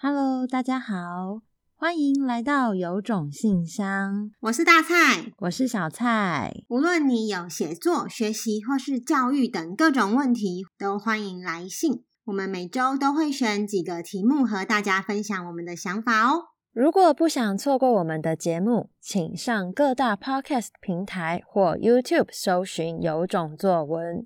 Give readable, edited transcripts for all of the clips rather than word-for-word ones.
Hello， 大家好，欢迎来到有种信箱。 我是大蔡， 我是小蔡。 无论你有写作、学习或是教育等各种问题，都欢迎来信。我们每周都会选几个题目和大家分享我们的想法哦。 如果不想错过我们的节目，请上各大 Podcast 平台或 YouTube 搜寻有种作文。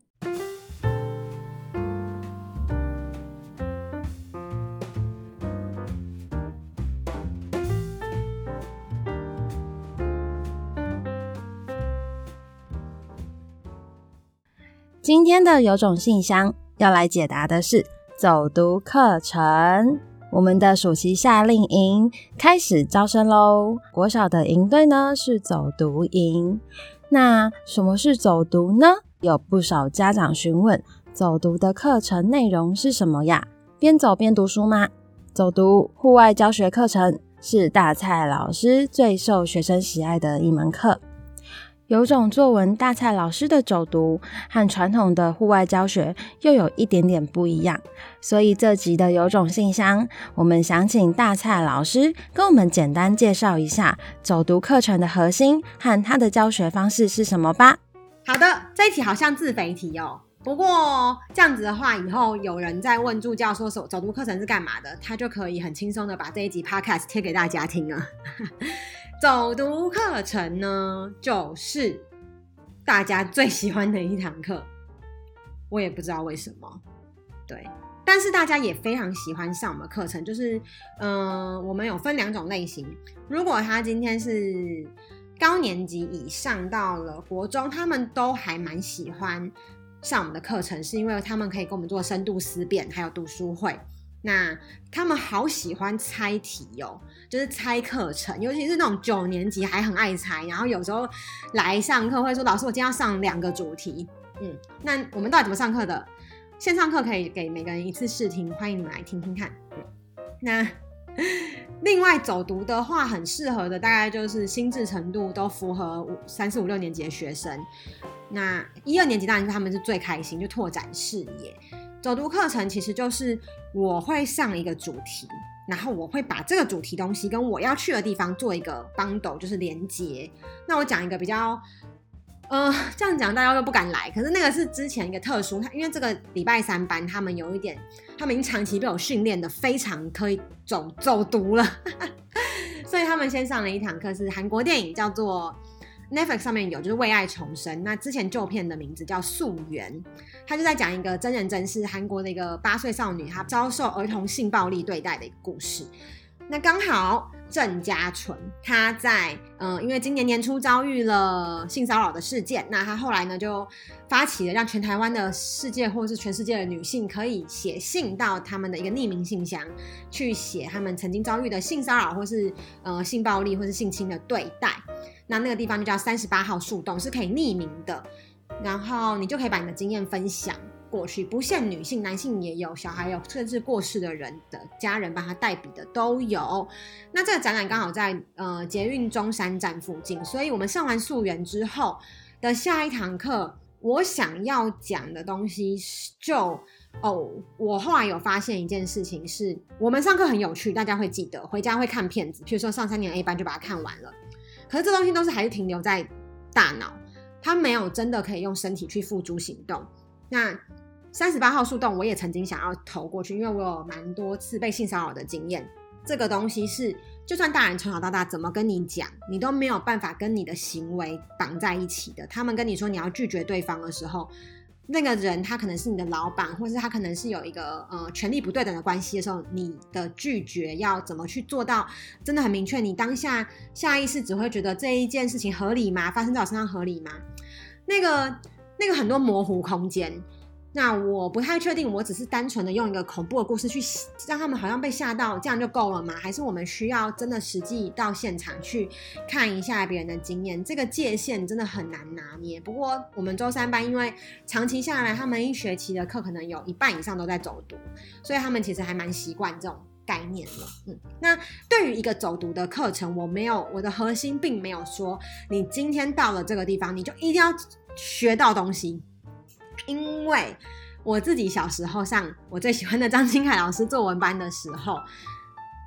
今天的有种信箱要来解答的是走读课程。我们的暑期夏令营开始招生咯，国小的营队呢是走读营。那什么是走读呢？有不少家长询问，走读的课程内容是什么呀？边走边读书吗？走读户外教学课程是大蔡老师最受学生喜爱的一门课。有种作文大蔡老师的走读和传统的户外教学又有一点点不一样，所以这集的有种信箱，我们想请大蔡老师跟我们简单介绍一下走读课程的核心和他的教学方式是什么吧。 好的，这一题好像自肥题哦。不过这样子的话，以后有人在问助教说走读课程是干嘛的，他就可以很轻松的把这一集 podcast 贴给大家听了。走读课程呢，就是大家最喜欢的一堂课，我也不知道为什么，对，但是大家也非常喜欢上我们的课程，就是我们有分两种类型。如果他今天是高年级以上到了国中，他们都还蛮喜欢上我们的课程，是因为他们可以跟我们做深度思辨，还有读书会。那他们好喜欢猜题哦，就是猜课程，尤其是那种9年级还很爱猜，然后有时候来上课会说老师我今天要上2个主题。那我们到底怎么上课的？线上课可以给每个人一次试听，欢迎你们来听听看。那另外走读的话，很适合的大概就是心智程度都符合3、4、5、6年级的学生。那1、2年级当然他们是最开心，就拓展视野。走读课程其实就是我会上一个主题，然后我会把这个主题东西跟我要去的地方做一个 bundle， 就是连结。那我讲一个比较这样讲大家都不敢来，可是那个是之前一个特殊，因为这个礼拜3班他们有一点，他们已经长期被我训练的非常可以走读了所以他们先上了一堂课是韩国电影，叫做Netflix 上面有，就是为爱重生。那之前旧片的名字叫溯源，他就在讲一个真人真事，韩国的一个8岁少女，她遭受儿童性暴力对待的一个故事。那刚好郑家纯他在因为今年年初遭遇了性骚扰的事件，那他后来呢就发起了让全台湾的世界或是全世界的女性可以写信到他们的一个匿名信箱，去写他们曾经遭遇的性骚扰或是性暴力或是性侵的对待。那个地方就叫38号树洞，是可以匿名的，然后你就可以把你的经验分享过去，不限女性，男性也有，小孩有，甚至过世的人的家人帮他代笔的都有。那这个展览刚好在捷运中山站附近，所以我们上完溯源之后的下一堂课，我想要讲的东西就我后来有发现一件事情是，我们上课很有趣，大家会记得，回家会看片子，譬如说上3年 A 班就把它看完了，可是这东西都是还是停留在大脑，它没有真的可以用身体去付诸行动。那38号树洞我也曾经想要投过去，因为我有蛮多次被性骚扰的经验。这个东西是就算大人从小到大怎么跟你讲，你都没有办法跟你的行为绑在一起的。他们跟你说你要拒绝对方的时候，那个人他可能是你的老板，或是他可能是有一个权力不对等的关系的时候，你的拒绝要怎么去做到真的很明确，你当下下意识只会觉得这一件事情合理吗？发生在我身上合理吗？那个很多模糊空间。那我不太确定，我只是单纯的用一个恐怖的故事去让他们好像被吓到，这样就够了吗？还是我们需要真的实际到现场去看一下别人的经验？这个界限真的很难拿捏。不过我们周3班因为长期下来，他们1学期的课可能有1半以上都在走读，所以他们其实还蛮习惯这种概念了。那对于一个走读的课程，我的核心并没有说你今天到了这个地方你就一定要学到东西，因为我自己小时候上我最喜欢的张金凯老师作文班的时候，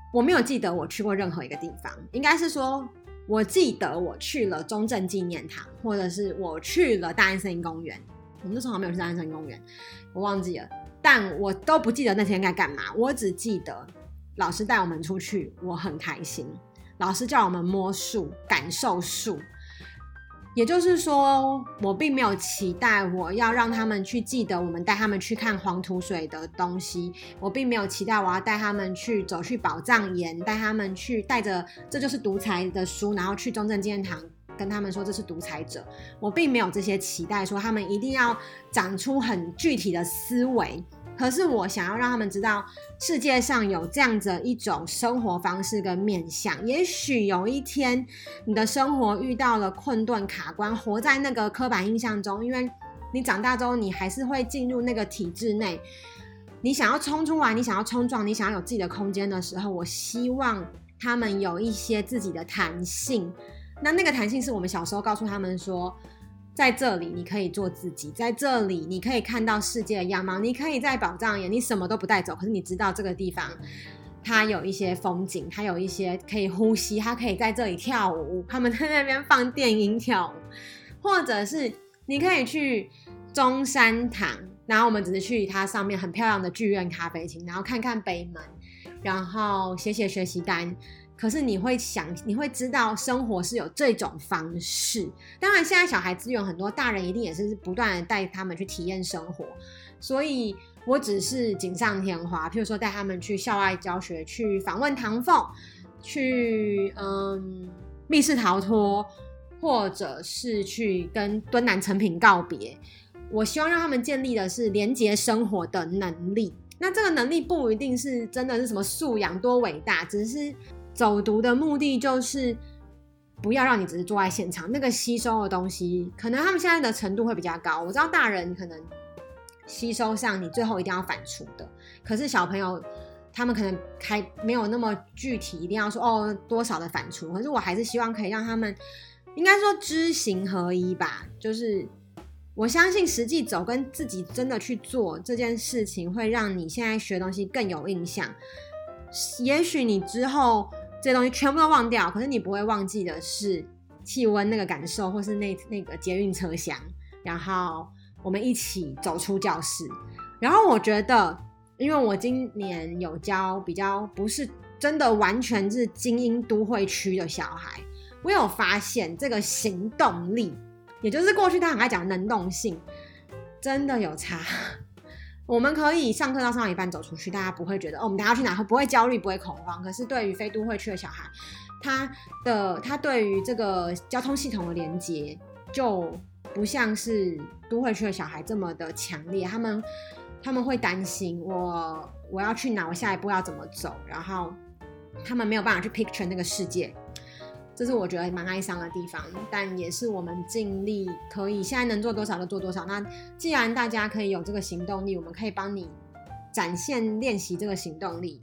我没有记得我去过任何一个地方，应该是说我记得我去了中正纪念堂，或者是我去了大安森林公园。我们那时候好像没有去大安森林公园，我忘记了，但我都不记得那天该干嘛，我只记得老师带我们出去，我很开心。老师叫我们摸树，感受树。也就是说，我并没有期待我要让他们去记得我们带他们去看黄土水的东西，我并没有期待我要带他们去走去宝藏岩，带他们去带着这就是独裁的书，然后去中正纪念堂跟他们说这是独裁者。我并没有这些期待，说他们一定要长出很具体的思维。可是我想要让他们知道世界上有这样子一种生活方式跟面向，也许有一天你的生活遇到了困顿卡关，活在那个刻板印象中，因为你长大之后你还是会进入那个体制内，你想要冲出来，你想要冲撞，你想要有自己的空间的时候，我希望他们有一些自己的弹性。那个弹性是我们小时候告诉他们说，在这里你可以做自己，在这里你可以看到世界的样貌，你可以在宝藏岩你什么都不带走，可是你知道这个地方它有一些风景，它有一些可以呼吸，它可以在这里跳舞，他们在那边放电音跳舞。或者是你可以去中山堂，然后我们只是去它上面很漂亮的剧院咖啡厅，然后看看北门，然后写写学习单。可是你会知道生活是有这种方式。当然现在小孩资源很多，大人一定也是不断的带他们去体验生活，所以我只是锦上添花，譬如说带他们去校外教学，去访问唐凤，去密室逃脱，或者是去跟敦南成品告别。我希望让他们建立的是连结生活的能力。那这个能力不一定是真的是什么素养多伟大，只是走读的目的就是不要让你只是坐在现场，那个吸收的东西可能他们现在的程度会比较高。我知道大人可能吸收上你最后一定要反刍的，可是小朋友他们可能还没有那么具体一定要说多少的反刍，可是我还是希望可以让他们应该说知行合一吧，就是我相信实际走跟自己真的去做这件事情会让你现在学东西更有印象。也许你之后这些东西全部都忘掉，可是你不会忘记的是气温那个感受，或是那个捷运车厢，然后我们一起走出教室。然后我觉得因为我今年有教比较不是真的完全是精英都会区的小孩，我有发现这个行动力，也就是过去他很爱讲能动性，真的有差。我们可以上课到上到一半走出去，大家不会觉得我们等一下要去哪，不会焦虑，不会恐慌。可是对于非都会区的小孩，他对于这个交通系统的连结就不像是都会区的小孩这么的强烈。他们会担心我要去哪，我下一步要怎么走，然后他们没有办法去 picture 那个世界。这是我觉得蛮哀伤的地方，但也是我们尽力可以现在能做多少就做多少。那既然大家可以有这个行动力，我们可以帮你展现练习这个行动力，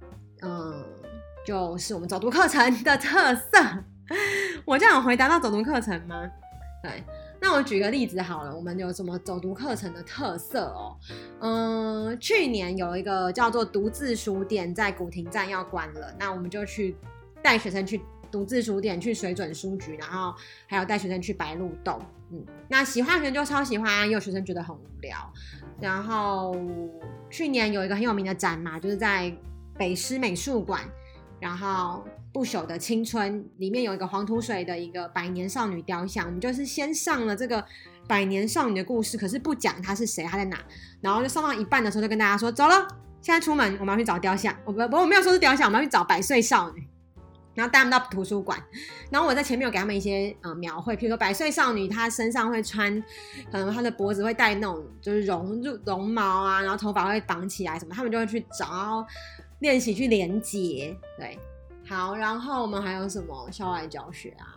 就是我们走读课程的特色。我这样有回答到走读课程吗？对，那我举个例子好了，我们有什么走读课程的特色哦？去年有一个叫做独自书店在古亭站要关了，那我们就去带学生去独自书店，去水准书局，然后还有带学生去白鹿洞。那喜欢的学生就超喜欢，也有学生觉得很无聊。然后去年有一个很有名的展嘛，就是在北师美术馆，然后不朽的青春里面有一个黄土水的一个百年少女雕像，我们就是先上了这个百年少女的故事，可是不讲她是谁，她在哪，然后就上到一半的时候就跟大家说走了，现在出门我们要去找雕像。我没有说是雕像，我们要去找百岁少女。然后带他们到图书馆，然后我在前面有给他们一些描绘，譬如说百岁少女她身上会穿，可能她的脖子会戴那种就是绒毛啊，然后头发会绑起来什么，他们就会去找，然后练习去连结。对，好，然后我们还有什么校外教学啊？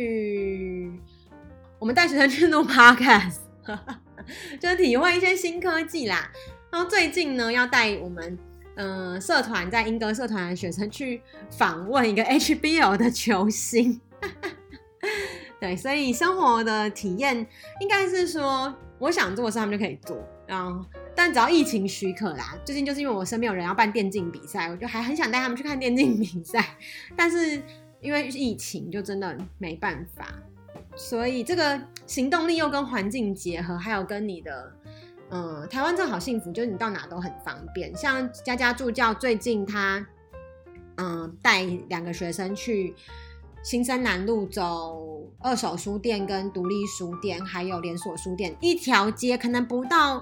我们带学生去录 podcast 就是体会一些新科技啦。然后最近呢要带我们社团在英歌社团的学生去访问一个 HBL 的球星对，所以生活的体验应该是说我想做的事他们就可以做，然后但只要疫情许可啦，最近就是因为我身边有人要办电竞比赛，我就还很想带他们去看电竞比赛，但是因为疫情就真的没办法，所以这个行动力又跟环境结合，还有跟你的台湾真的好幸福，就是你到哪都很方便。像佳佳助教最近他带2个学生去新生南路走二手书店跟独立书店还有连锁书店，一条街可能不到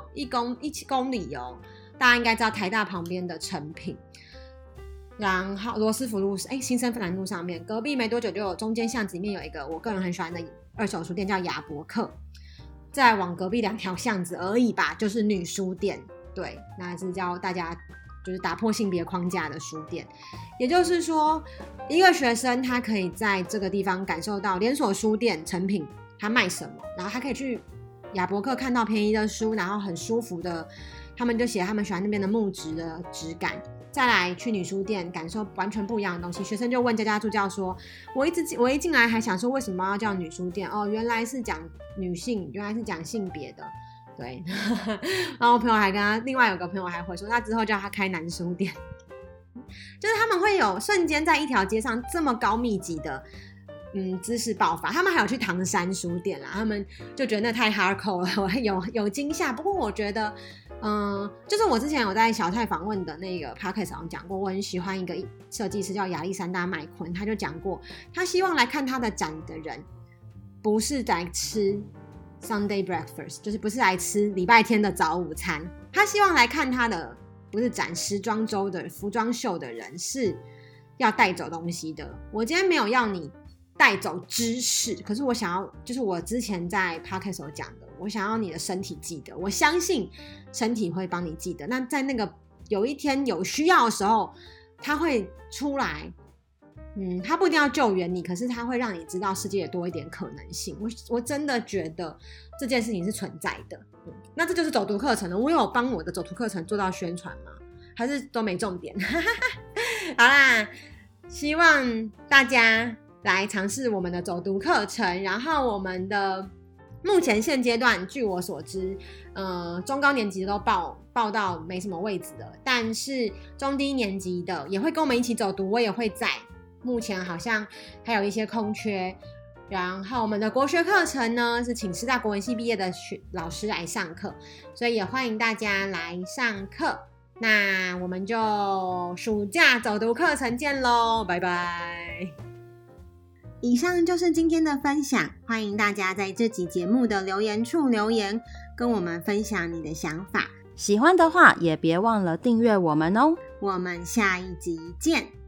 1公里哦。大家应该知道台大旁边的诚品，然后罗斯福路新生南路上面隔壁没多久就有中间巷子里面有一个我个人很喜欢的二手书店叫亚伯克，再往隔壁2条巷子而已吧，就是女书店。对，那是教大家就是打破性别框架的书店。也就是说，一个学生他可以在这个地方感受到连锁书店成品他卖什么，然后他可以去亚伯克看到便宜的书，然后很舒服的，他们就写他们喜欢那边的木质的质感，再来去女书店感受完全不一样的东西。学生就问佳佳助教说，我一进来还想说为什么要叫女书店，原来是讲女性，原来是讲性别的。对，然后我朋友还跟他另外有个朋友还回说，他之后叫他开男书店，就是他们会有瞬间在一条街上这么高密集的知识爆发。他们还有去唐山书店啦，他们就觉得那太 hardcore 了，有惊吓。不过我觉得就是我之前有在小泰访问的那个 podcast 上讲过，我很喜欢一个设计师叫亚历山大麦昆，他就讲过他希望来看他的展的人不是在吃Sunday breakfast， 就是不是来吃礼拜天的早午餐，他希望来看他的不是展时装周的服装秀的人是要带走东西的。我今天没有要你带走知识，可是我想要，就是我之前在 podcast 有讲的，我想要你的身体记得，我相信身体会帮你记得。那在那个有一天有需要的时候，他会出来。他不一定要救援你，可是他会让你知道世界多一点可能性。我真的觉得这件事情是存在的。那这就是走读课程了。我有帮我的走读课程做到宣传吗？还是都没重点？好啦，希望大家来尝试我们的走读课程。然后我们的目前现阶段，据我所知，中高年级都报到没什么位置的，但是中低年级的也会跟我们一起走读，我也会在。目前好像还有一些空缺，然后我们的国学课程呢是请师大国文系毕业的老师来上课，所以也欢迎大家来上课。那我们就暑假走读课程见咯，拜拜。以上就是今天的分享，欢迎大家在这集节目的留言处留言，跟我们分享你的想法。 喜欢的话也别忘了订阅我们哦。 我们下一集见。